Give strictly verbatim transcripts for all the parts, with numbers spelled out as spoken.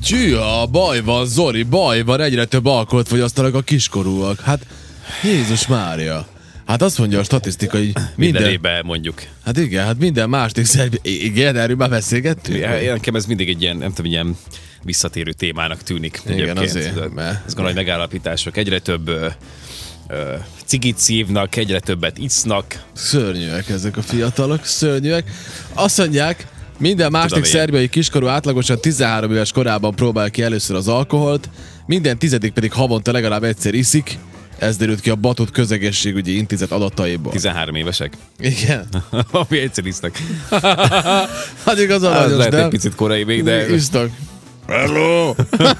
Csűha, baj van, Zoli, baj van, egyre több alkoholt fogyasztanak a kiskorúak. Hát, Jézus Mária. Hát azt mondja a statisztika, hogy minden... Minden évben mondjuk. Hát igen, hát minden második szerb... Igen, erről már beszélgettünk? Ja, nekem ez mindig egy ilyen, nem tudom, ilyen visszatérő témának tűnik. Igen, azért. Mert... Ez nagy megállapítások. Egyre több ö, ö, cigit szívnak, egyre többet isznak. Szörnyűek ezek a fiatalok, szörnyűek. Azt mondják, minden második szerbiai kiskorú átlagosan tizenhárom éves korában próbál ki először az alkoholt, minden tizedik pedig havonta legalább egyszer iszik. Ez derült ki a Batut Közegészségügyi Intézet adataiból. tizenhárom évesek? Igen. Ami egyszer isznak. Hát igaz aranyos, lehet de... egy picit korai még, de... Isztak. Hello!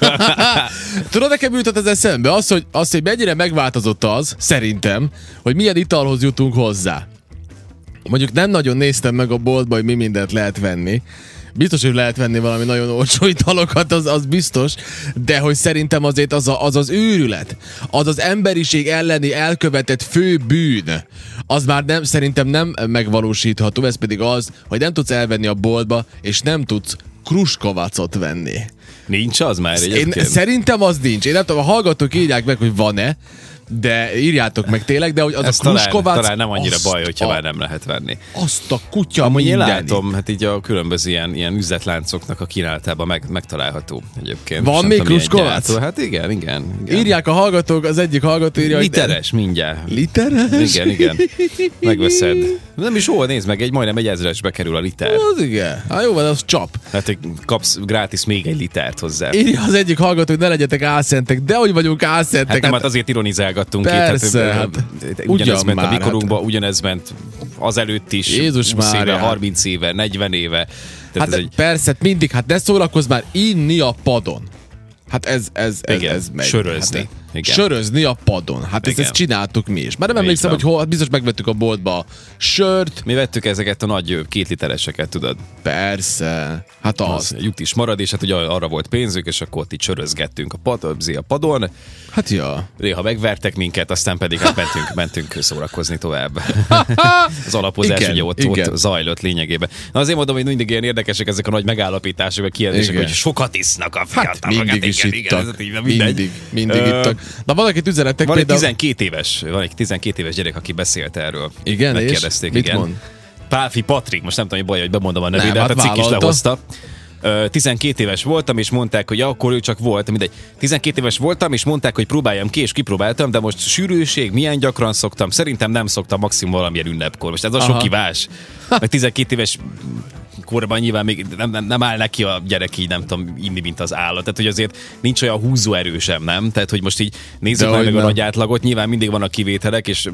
Tudod, nekem jutott ez eszembe? Az hogy, az, hogy mennyire megváltozott az, szerintem, hogy milyen italhoz jutunk hozzá. Mondjuk nem nagyon néztem meg a boltba, hogy mi mindent lehet venni. Biztos, hogy lehet venni valami nagyon olcsó italokat, az, az biztos, de hogy szerintem azért az, a, az az őrület, az az emberiség elleni elkövetett fő bűn, az már nem, szerintem nem megvalósítható, ez pedig az, hogy nem tudsz elvenni a boltba, és nem tudsz Kruszkovacot venni. Nincs az már egyébként? Én, szerintem az nincs. Én nem tudom, a hallgatók írják meg, hogy van-e, de írjátok meg tényleg, de hogy az ez a Kruszkovac... Talán, talán nem annyira baj, hogyha a, már nem lehet venni. Azt a kutya Amúgy én mindenit. látom, hát így a különböző ilyen, ilyen üzletláncoknak a kínálatában meg, megtalálható egyébként. Van még Kruszkovac? Hát igen, igen, igen. Írják a hallgatók, az egyik hallgató írja, literes, hogy... mindjárt. Literes? Igen, igen. Megveszed. Nem is hol, nézd meg, egy majdnem egy ezresbe kerül a liter. Az igen. Hát jó van, az csap. Hát hogy kapsz grátis még egy litert hozzá. Írja az egyik hallgató, hogy ne legyetek álszentek, de hogy vagyunk álszentek. Hát nem, hát azért ironizálgattunk persze, itt. Hát, hát, ugyanez ment már, a mikorunkban, hát. ugyanez ment azelőtt is. Jézus húsz már, éve, hát. harminc éve, negyven éve. Tehát hát ez egy... persze, mindig, hát ne szórakozz már inni a padon. Hát ez, ez, ez, igen, ez megy. sörözni. Hát, igen. Sörözni a padon. Hát ezt, ezt csináltuk mi is. Már nem emlékszem, hogy hol, biztos megvettük a boltba a sört. Mi vettük ezeket a nagy két litereseket, tudod? Persze. Hát az. az jut is marad, és hát ugye arra volt pénzük, és akkor ott így sörözgettünk a, pad, a padon. Hát ja. Néha megvertek minket, aztán pedig hát mentünk, mentünk szórakozni tovább. Az alapozás igen, ugye ott, ott zajlott lényegében. Na azért mondom, hogy mindig ilyen érdekesek ezek a nagy megállapítások, a kijelentések, hogy sokat isznak a fiatalok. Hát mindig is igen, ittak. Igen, mindig, mindig uh, ittak. Na valakit üzenetek van például... egy tizenkét éves, van egy tizenkét éves gyerek, aki beszélt erről. Igen, megkérdezték, és mit igen. mond? Pálfi Patrik, most nem tudom, hogy baj, hogy bemondom a nevét, de hát a cikk is vállalta. lehozta. tizenkét éves voltam, és mondták, hogy ja, akkor ő csak volt, mindegy. tizenkét éves voltam, és mondták, hogy próbáljam ki, és kipróbáltam, de most sűrűség, milyen gyakran szoktam, szerintem nem szoktam, maximum valamilyen ünnepkor. Most ez a sok kivás. Meg tizenkét éves korban nyilván még nem, nem, nem áll neki a gyerek így, nem tudom, inni, mint az állat. Tehát, hogy azért nincs olyan húzóerő sem, nem? Tehát, hogy most így nézzük meg, meg a nagy átlagot, nyilván mindig vannak kivételek, és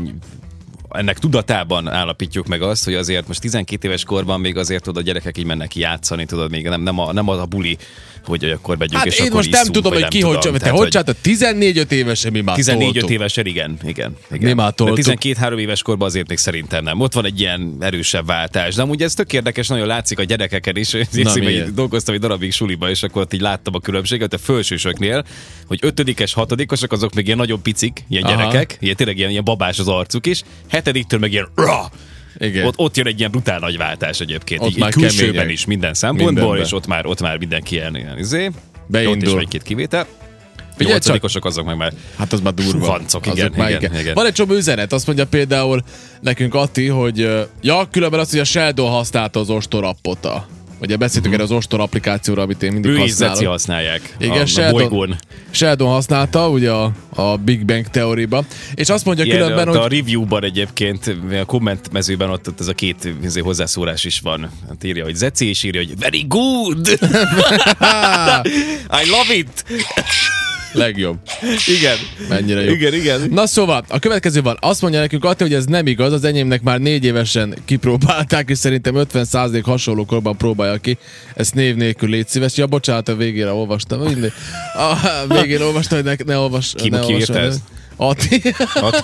ennek tudatában állapítjuk meg azt, hogy azért most tizenkét éves korban még azért tudod, a gyerekek így mennek ki játszani, tudod, még nem, nem, a, nem az a buli, hogy akkor megyünk, hát és én akkor most iszunk, nem tudom, hogy ki hogy csinálja. Te hogy csináltad? tizennégy-öt évesen mi már tizennégy-öt évesen, igen, igen. igen. Mi már toltuk. tizenkét-három éves korban azért még szerintem nem. Ott van egy ilyen erősebb váltás. De amúgy ez tök érdekes, nagyon látszik a gyerekeken is. Én dolgoztam egy darabig suliba, és akkor ott így láttam a különbséget a felsősöknél, hogy ötödikes, hatodikosok, azok még ilyen nagyon picik, ilyen aha. gyerekek, ilyen tényleg ilyen, ilyen babás az arcuk is. Hetediktől meg ilyen igen. Ott, ott jön egy ilyen brutál nagy váltás egyébként. Ott így, így külsőben kemények. Is minden szempontból, mindenben. És ott már, ott már mindenki ilyen, ilyen izé. Beindul. Ott is vagy két kivétel. Nyolcadikosok azok meg már. Hát az már durva. Vancok, igen, igen, igen, igen. Van egy csomó üzenet, azt mondja például nekünk Atti, hogy ja, különben azt, hogy a Sheldon használta az ostorappot. Ugye beszéltünk uh-huh. erre az ostor applikációra, amit én mindig ő használok. Ő is használják. Igen, a, Sheldon, a Sheldon használta, ugye a, a Big Bang teóriba. És azt mondja igen, különben, a, hogy... a review-ban egyébként, a komment mezőben ott, ott ez a két hozzászólás is van. Hát írja, hogy Zeci, és írja, hogy very good! I love it! Legjobb. Igen. Mennyire jó. Igen, igen. Na szóval, a következő van. Azt mondja nekünk Atti, hogy ez nem igaz, az enyémnek már négy évesen kipróbálták, és szerintem ötven százalék hasonló korban próbálja ki. Ezt név nélkül légy szíves. Ja, bocsánat, a végére olvastam. Mindegy. A végén olvastam, hogy ne, ne olvas. Ki, ne ki írta ez? Atti. Atti.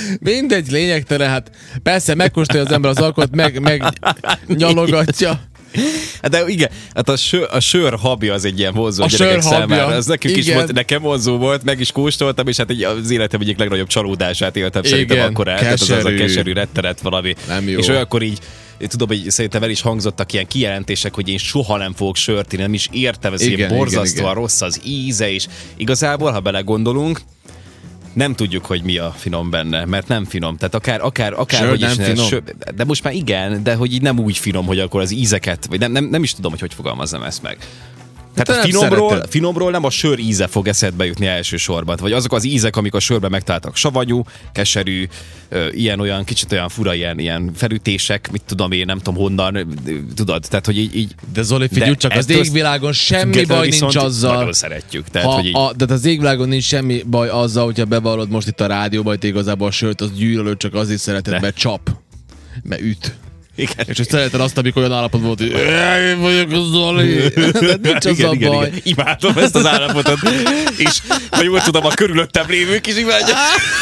Mindegy, lényegtelen, hát persze megkóstolja az ember az alkoholt, meg, meg nyalogatja. De igen, hát a sör, a sör habja az egy ilyen vonzó A gyerekek sör habja. számára. Ez nekünk is Igen. volt, nekem vonzó volt, meg is kóstoltam, és hát egy, az életem egyik legnagyobb csalódását éltem szerintem Igen, akkor el. Tehát az, az a keserű. keserű rettenet valami. Nem jó. És olyankor így én tudom, hogy szerintem el is hangzottak ilyen kijelentések, hogy én soha nem fogok sört inni, nem is értem, ez Igen, ilyen borzasztóan igen, igen. rossz az íze, és igazából, ha belegondolunk, nem tudjuk, hogy mi a finom benne, mert nem finom. Tehát akár, akár, akár Sör hogy nem is ne, finom? sör, de most már igen, de hogy így nem úgy finom, hogy akkor az ízeket, vagy nem, nem, nem is tudom, hogy hogy fogalmazzam ezt meg. Tehát Te a nem finomról, szereted. finomról nem a sör íze fog eszedbe jutni elsősorban, vagy azok az ízek, amik a sörben megtaláltak, savanyú, keserű, ö, ilyen-olyan, kicsit olyan fura, ilyen, ilyen felütések, mit tudom én, nem tudom honnan, ö, tudod, tehát hogy így... így De Zoli, figyelj de csak, az ettől égvilágon semmi függetlenül baj nincs viszont azzal. Nagyon szeretjük, tehát Ha, hogy így... a, de az égvilágon nincs semmi baj azzal, hogyha bevallod most itt a rádióban, hogy te igazából a sört, az gyűlölöd, csak azért szereted, De. mert csap, mert üt. Igen. És hogy szereted azt, amikor olyan állapot volt, hogy én vagyok a Zoli. De nincs az igen, a igen, baj. igen. Imádom ezt az állapotot. És, vagy jól tudom, a körülöttem lévők is imádják.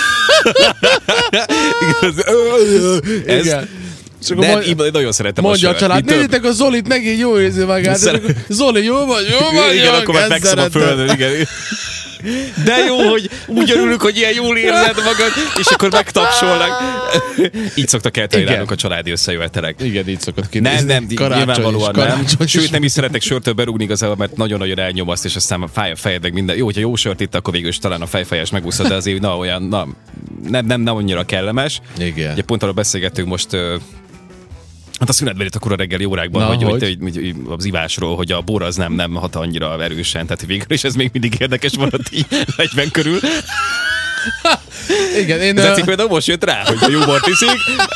Ez, Igen. És akkor de mond- én nagyon szeretem mondja a a sört. család, Mi több? nézzétek a Zolit, megint jó érzi magát. És Szeret- akkor, Zoli, jó vagy? Jó vagy? Igen, akkor meg megszom a földön, igen. De jó, hogy úgy örülünk, hogy ilyen jól érzed magad, és akkor megtapsolnak. Így szoktak eltenni Igen. nálunk a családi összejövetelek. Igen, így szokott kinézni. Nem, nem, Karácsony nyilvánvalóan is, nem. karácsony is. Sőt, nem is szeretek sörtől berúgni igazából, mert nagyon-nagyon elnyomaszt, és aztán fáj a fejed, meg minden. Jó, hogyha jó sört itt, akkor végül is talán a fejfejes megúszod, de azért na, olyan, na, nem, nem, nem annyira kellemes. Igen. Ugye pont arról beszélgettünk most, ö, hát a szünetben itt a kora reggeli órákban, Na, hogy, hogy, hogy? hogy, hogy az ivásról, hogy a bor az nem, nem hat annyira erősen, tehát végül is ez még mindig érdekes maradt így negyven körül. Igen, én... Zeci például most jött rá, hogy a jó bort iszik,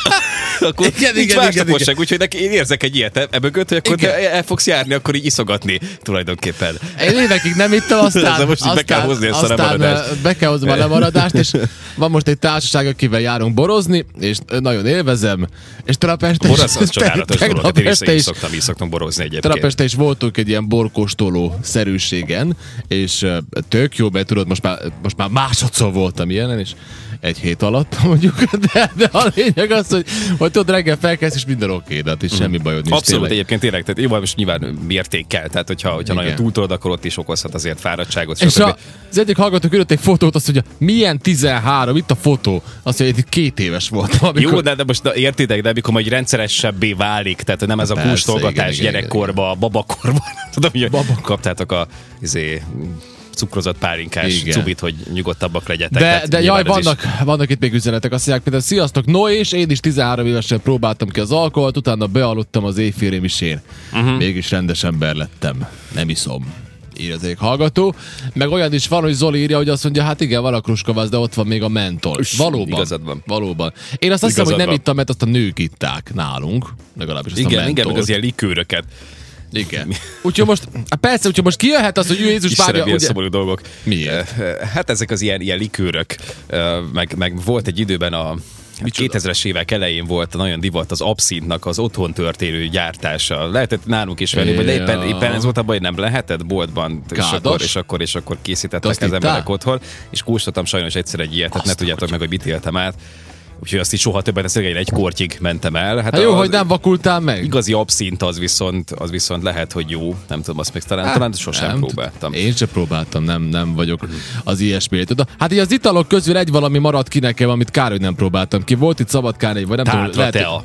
akkor Igen, így igen, másnaposság, igen, úgyhogy neki én érzek egy ilyet ebből, hogy akkor Igen. te el fogsz járni, akkor így iszogatni tulajdonképpen. Én évekig nem ittam, aztán, Ezzel most így be kell hozni ezt a aztán lemaradást. be kell hozni a lemaradást, és van most egy társaság, akivel járunk borozni, és nagyon élvezem, és tegnap este Bor az, az csodálatos dolog, tegnap hát én is, este én is is, szoktam, így szoktam borozni tegnap egyébként. este is voltunk egy ilyen borkóstoló szerűségen, és ö, tök jó, mert tudod, most már, most már másodszor voltam ilyenen, és egy hét alatt mondjuk, de, de a lényeg az, hogy, hogy tudod, reggel felkelsz, és minden oké, de hát is semmi bajod nincs. Abszolút tényleg. egyébként tényleg, tehát jó, most nyilván mértékkel, tehát hogyha, hogyha Igen. nagyon túltolod, akkor ott is okozhat azért fáradtságot. És stb. a, az egyik hallgató küldött egy fotót, azt mondja, milyen tizenhárom, itt a fotó. Azt mondja, hogy két éves voltam. Amikor... Jó, de, de most de értitek, de amikor majd rendszeresebbé válik, tehát nem ez a Persze, kóstolgatás igen, igen, gyerekkorba, babakorban, tudom, hogy Baba- kaptátok a izé, cukrozott pálinkás Igen. cubit, hogy nyugodtabbak legyetek. De, Tehát de jaj, nyilván ez is- vannak, vannak itt még üzenetek. Azt mondják, például sziasztok, Noé, és én is tizenhárom évesen próbáltam ki az alkoholt, utána bealudtam az éjféli misén. Uh-huh. Mégis rendes ember lettem. Nem iszom. Ír az egyik hallgató. Meg olyan is van, hogy Zoli írja, hogy azt mondja, hát igen, van a kruskavasz, de ott van még a mentol. Üss, Valóban. igazad van. Valóban. Én azt hiszem, hogy Igazad nem van. ittam, mert azt a nők itták nálunk. Legalábbis azt a Igen, igen, mentolt. meg az ilyen likőröket. Igen. Úgyhogy most, hát persze, úgyhogy most kijöhet az, hogy Jézus Istenem, várja, milyen ugye... szomorú dolgok. Miért? Eh, Hát ezek az ilyen, ilyen likőrök, eh, meg, meg volt egy időben a kétezres évek elején volt nagyon divat az abszintnak az otthon történő gyártása. Lehetett nálunk is venni, de éppen, Ja. éppen ez volt a baj, nem lehetett boltban, és Kádos? akkor, és akkor, és akkor Te készítettek azt az emberek ittál? otthon, és kóstoltam sajnos egyszer egy ilyet, tehát ne Azt tudjátok meg, hogy mit éltem át. Úgyhogy azt így soha többet, ezt én egy kortyig mentem el. Hát jó, az- hogy nem vakultál meg. Igazi abszint az viszont, az viszont lehet, hogy jó. Nem tudom, azt még talán, hát, talán sosem nem, próbáltam. Én sem próbáltam, nem, nem vagyok az ilyesmi. Tudod, hát így az italok közül egy valami maradt ki nekem, amit kár, hogy nem próbáltam ki. Volt itt Szabadkán egy, vagy nem tudom, Tátra lehet, tea.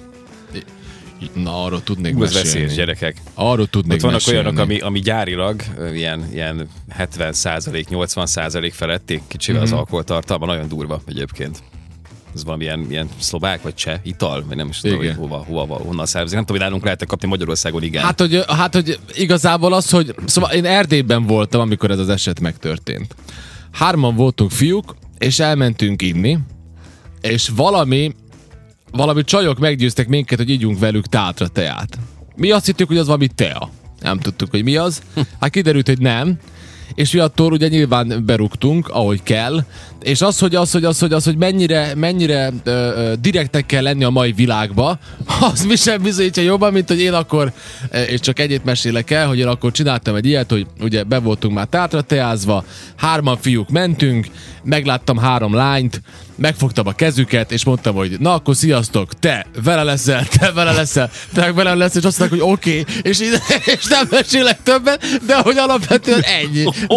hogy- Na, arról tudnék Ez mesélni. veszélyes, gyerekek. Arról tudnék Ott vannak mesélni. olyanok, ami, ami gyárilag ö, ilyen, ilyen hetven százalék, nyolcvan százalék feletti kicsivel Mhm. az alkoholtartalma, nagyon durva egyébként. Ez valamilyen ilyen szlovák vagy cseh ital, vagy nem is tudom, hogy Igen. hova, hova, honnan származik. Nem tudom, hogy nálunk lehet kapni Magyarországon, igen. Hát hogy, hát, hogy igazából az, hogy... Szóval én Erdélyben voltam, amikor ez az eset megtörtént. Hárman voltunk fiúk, és elmentünk inni, és valami, valami csajok meggyőztek minket, hogy ígyunk velük tátra teát. Mi azt hittük, hogy az valami tea. Nem tudtuk, hogy mi az. Hát kiderült, hogy nem. És mi attól ugye nyilván berúgtunk, ahogy kell, és az, hogy az, hogy az, hogy, az, hogy mennyire, mennyire ö, ö, direktnek kell lenni a mai világba, az mi sem bizonyítja jobban, mint hogy én akkor, ö, és csak egyet mesélek el, hogy én akkor csináltam egy ilyet, hogy ugye be voltunk már tátra teázva, hárman fiúk mentünk, megláttam három lányt, megfogtam a kezüket, és mondtam, hogy na akkor sziasztok, te vele leszel, te vele leszel, te meg vele leszel, és azt mondták, hogy oké, okay, és, és nem mesélek többet, de hogy alapvetően ennyi. Oké.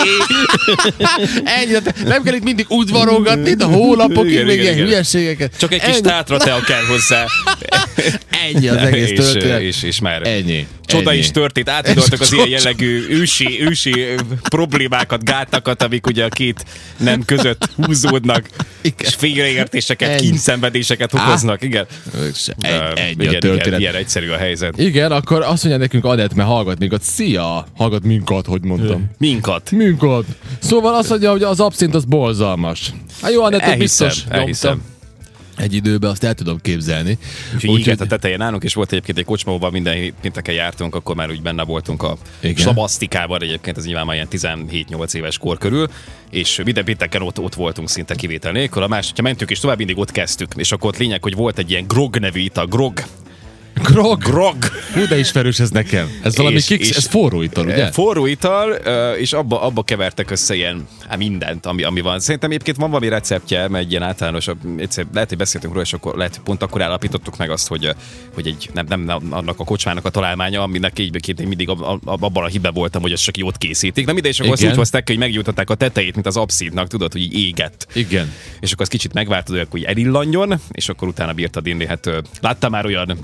Okay. Ennyi, nem kell itt mindig udvarogatni, itt a hónapokig igen, még igen, ilyen igen. hülyeségeket. Csak egy kis tátra tea kell hozzá. Ennyi az egész és, történet. És, és már ennyi. Csoda ennyi. is történt, átidoltak az ilyen jellegű ősi, ősi problémákat, gátakat, amik ugye a két nem között húzódnak, igen. és félreértéseket, kínszenvedéseket okoznak, igen. Egy, ennyi igen, a történet. Igen, ilyen egyszerű a helyzet. Igen, akkor azt mondja nekünk Adett, mert hallgat minket. Szia! Hallgat minkat, hogy mondtam. Minkat. Minkat. Szóval azt mondja, hogy az abszint az borzalmas. Hát jó, Adett, biztos elhiszem. Egy időben azt el tudom képzelni. Úgyhogy így a tetején állunk, és volt egyébként egy kocsma, ahol minden pénteken jártunk, akkor már úgy benne voltunk a Sabasztikában, egyébként ez nyilván már ilyen tizenhét-nyolc éves kor körül, és minden pénteken ott, ott voltunk szinte kivétel nélkül. A más, hogyha mentünk és tovább, mindig ott kezdtük, és akkor ott lényeg, hogy volt egy ilyen grog nevű ital, grog. Grog? Grog. Hú, de ismerős ez nekem. Ez valami és, kicks, és ez forró ital, ugye? Forró ital, és abba, abba kevertek össze ilyen hát mindent, ami, ami van. Szerintem egyébként van valami receptje, mert egy ilyen általánosabb, egyszer lehet, hogy beszéltünk róla, és akkor lehet, hogy pont akkor állapítottuk meg azt, hogy, hogy egy, nem, nem annak a kocsmának a találmánya, aminek így mindig abban a hibe voltam, hogy ezt csak jót készítik. De mindegy, és akkor azt úgy hozták, hogy megjutották a tetejét, mint az abszintnak, tudod, hogy így égett. Igen. És akkor az kicsit megváltozó, hogy erillanjon, és akkor utána bírtad inni. Hát láttam már olyan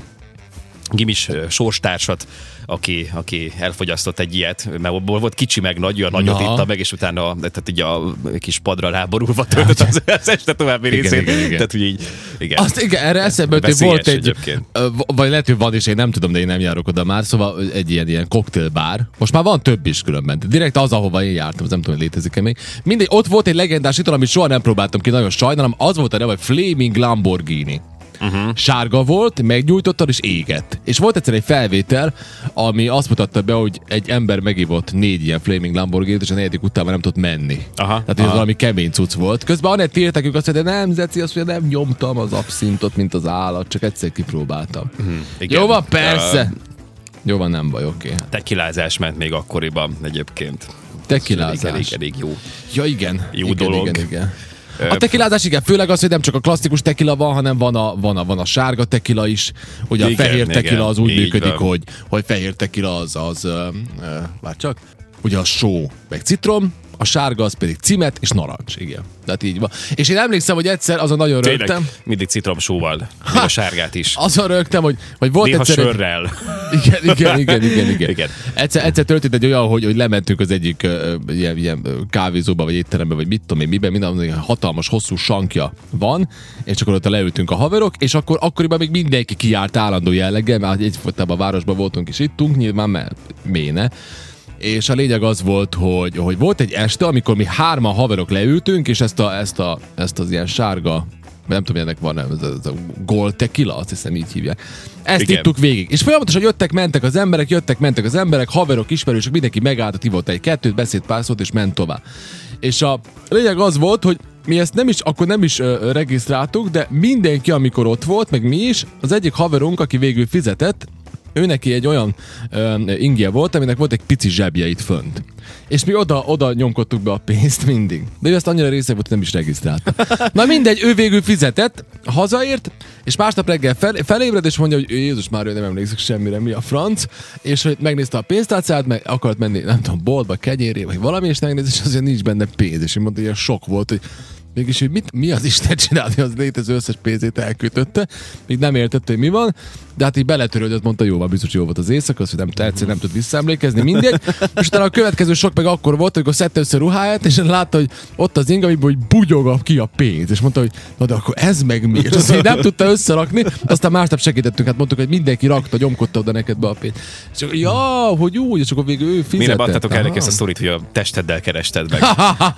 gimis sorstársat, aki, aki elfogyasztott egy ilyet, mert volt kicsi meg nagy, olyan nagyot itta meg, és utána tehát így a kis padra ráborulva töltött az, az este további részét. Igen, igen. Tehát, hogy így, igen. Azt igen, erre eszembe, hogy volt egy, egyébként. Vagy lehet, hogy van, és én nem tudom, de én nem járok oda már, szóval egy ilyen, ilyen koktélbár. Most már van több is különben. Direkt az, ahova én jártam, az nem tudom, hogy létezik-e még. Mindegy, ott volt egy legendás ital, amit soha nem próbáltam ki, nagyon sajnálom, az volt a neve, hogy Flaming Lamborghini. Uh-huh. Sárga volt, meggyújtottad és égett. És volt egyszer egy felvétel, ami azt mutatta be, hogy egy ember megívott négy ilyen Flaming Lamborghini-t, és a negyedik után már nem tudott menni. Aha, Tehát ez valami kemény cucc volt. Közben Anett írták ők azt, hogy nem, Zeci, azt mondja, nem nyomtam az abszintot, mint az állat, csak egyszer kipróbáltam. Uh-huh. Jó van, persze. Uh, Jó van, nem baj, oké. Okay. Tekilázás ment még akkoriban egyébként. Tekilázás. Elég, elég, elég jó. Ja, igen. Jó igen, dolog. Igen, igen. A tekilázás, igen, főleg az, hogy nem csak a klasszikus tekila van, hanem van a, van a, van a sárga tekila is. Ugye a igen, fehér tekila az úgy működik, hogy, hogy fehér tekila az, az uh, uh, várj csak, ugye a só, meg citrom, a sárga az pedig cimet és narancs, igen. Tehát így van. És én emlékszem, hogy egyszer azon nagyon tényleg, rögtem. Mindig citromsóval, ha, a sárgát is. Azon rögtem, hogy, hogy volt néha egyszer... sörrel. Egy... Igen, igen, igen, igen, igen. igen. Egyszer, egyszer történt egy olyan, hogy, hogy lementünk az egyik uh, ilyen, ilyen kávézóba, vagy étterembe, vagy mit tudom én miben, minden hatalmas, hosszú sankja van, és akkor ott leültünk a haverok, és akkor akkoriban még mindenki kijárt állandó jelleggel, mert egyfolytában a városban voltunk és ittunk, nyilván mert méne. És a lényeg az volt, hogy, hogy volt egy este, amikor mi hárman haverok leültünk, és ezt, a, ezt, a, ezt az ilyen sárga, nem tudom, ennek van, ez a, ez a gold tequila, azt hiszem így hívják. Ezt igen. Ittuk végig. És folyamatosan jöttek, mentek az emberek, jöttek, mentek az emberek, haverok, ismerősök, mindenki megállt, ivott egy kettőt, beszélt pár szót, és ment tovább. És a lényeg az volt, hogy mi ezt nem is, akkor nem is uh, regisztráltuk, de mindenki, amikor ott volt, meg mi is, az egyik haverunk, aki végül fizetett, ő neki egy olyan uh, ingje volt, aminek volt egy pici zsebje itt fönt. És mi oda, oda nyomkodtuk be a pénzt mindig. De ő ezt annyira részeg volt, hogy nem is regisztrálta. Na mindegy, ő végül fizetett, hazaért, és másnap reggel fel, felébred, és mondja, hogy Jézus már ő nem emlékszik semmire, mi a franc, és hogy megnézte a pénztárcát, meg akart menni, nem tudom, boltba, kegyéré, vagy valami, és megnézte, és azért nincs benne pénz. És én mondta, hogy ilyen sok volt, hogy mégis, hogy mit, mi az Isten csinálni, az létező összes pénzét elkötötte, még nem értette, hogy mi van, de hát így beletörődött, mondta, jó van, biztos jó volt az éjszaka, az, hogy nem, egyszer nem tud visszaemlékezni, mindegy. És utána a következő sok meg akkor volt, amikor szedte össze ruháját, és látta, hogy ott az inga, amiből hogy bugyog ki a pénz, és mondta, hogy na de akkor ez meg mi? És azt így nem tudta összerakni, aztán másnap segítettünk, hát mondtuk, hogy mindenki rakta, nyomkodta oda neked be a pénzt. És akkor, ja, hogy úgy, és akkor végül ő fizetett. Mire adtatok el ezt a sztorit, hogy a testeddel kerested meg?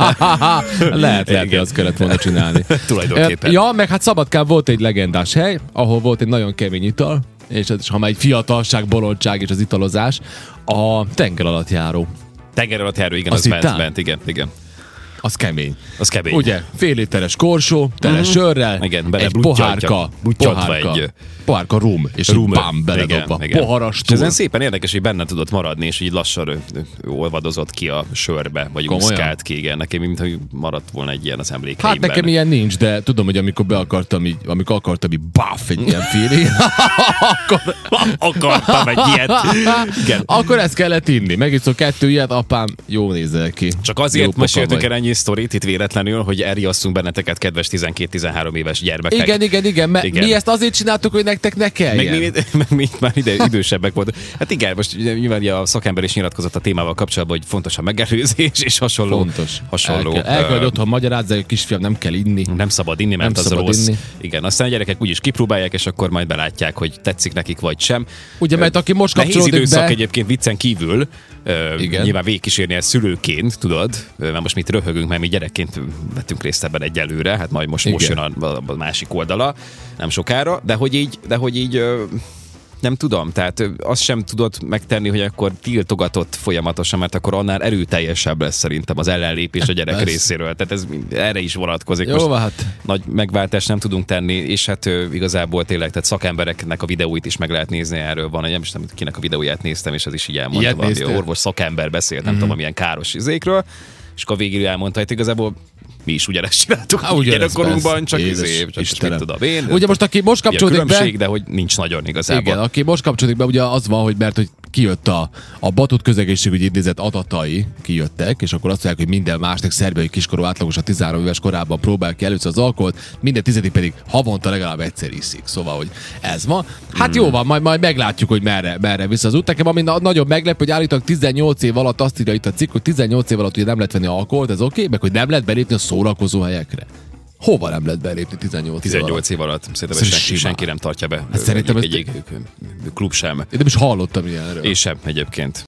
lehet, lehet, hogy azt kellett volna csinálni. Tulajdonképpen. Ja, meg hát Szabadkán volt egy legendás hely, ahol volt egy nagyon kemény ital, és ha már egy fiatalság, bolondság és az italozás, a tenger alatt járó. Tenger alatt járó, igen, azt az ment, ment, igen, igen. az kemény. Az kemény. Ugye, fél literes korsó, tele mm-hmm. sörrel, igen, bele egy pohárka, pohárka, egy... pohárka rum, és rum, egy bám beledobva, poharas túl. Ezen szépen érdekes, hogy benne tudott maradni, és így lassan olvadozott ki a sörbe, vagy úszkált ki, igen. Nekem, mint hogy maradt volna egy ilyen az emlékeimben. Hát nekem ilyen nincs, de tudom, hogy amikor be akartam, így, amikor akartam így baff egy ilyen feeling, akkor... akartam egy ilyet. Igen. Akkor ezt kellett inni. Megiszol kettő ilyet, apám, jó nézel ki. Csak azért meséltük el ennyi sztorit itt véletlenül, hogy elriasszunk benneteket, kedves tizenkét-tizenhárom éves gyermekek. Igen, igen, igen, mert igen. Mi ezt azért csináltuk, hogy nektek ne kelljen. Meg mi, meg mi már ide, idősebbek volt. Hát igen, most nyilván a szakember is nyilatkozott a témával kapcsolatban, hogy fontos a megelőzés és hasonló. Fontos. Hasonló. El kell, el kell hogy otthon magyarázzák, hogy kisfiam, nem kell inni. Nem szabad inni, mert nem az rossz. Inni. Igen, aztán a gyerekek úgyis kipróbálják, és akkor majd belátják, hogy tetszik nekik vagy sem. Ugye, mert aki most kapcsolódik be... Nehéz időszak egyébként viccen kívül, igen. Nyilván végigkísérni ezt szülőként, tudod, mert most mit röhögünk, mert mi gyerekként vettünk részt ebben egyelőre, hát majd most, most jön a, a másik oldala, nem sokára, de hogy így, de hogy így nem tudom, tehát azt sem tudod megtenni, hogy akkor tiltogatott folyamatosan, mert akkor annál erőteljesebb lesz szerintem az ellenlépés a gyerek részéről. Tehát ez erre is vonatkozik. Jó, most hát. Nagy megváltást nem tudunk tenni, és hát igazából tényleg, tehát szakembereknek a videóit is meg lehet nézni erről van. Nem is nem kinek a videóját néztem, és az is így elmondta, valami orvos szakember beszélt, nem mm-hmm. tudom, milyen káros izékről, és akkor végül elmondta, hogy igazából mi is ugyanezt csináltuk a gyerekkorunkban, csak izé, csak mit tudom én. Ugye most aki most kapcsolódik be... de hogy nincs nagyon igazából. Igen, aki most kapcsolódik be, ugye az van, hogy mert hogy kijött a, a Batut Közegészségügyi Intézet adatai, kijöttek, és akkor azt mondják, hogy minden második szerbiai kiskorú átlagosan tizenhárom éves korában próbál ki először az alkoholt, minden tizedik pedig havonta legalább egyszer iszik. Szóval, hogy ez van. Hát hmm. jó van, majd, majd meglátjuk, hogy merre, merre vissza az út. Nekem ami nagyon meglep, hogy állítólag tizennyolc év alatt azt írja itt a cikk, hogy tizennyolc év alatt ugye nem lehet venni alkoholt, ez oké, okay, meg hogy nem lehet belépni a szórakozó helyekre. Hova nem lehet belépni tizennyolc, tizennyolc év alatt? Szerintem senki, senki nem tartja be. Hát szerintem egy, egy, egy klub sem. Én nem is hallottam ilyenről. Én sem egyébként.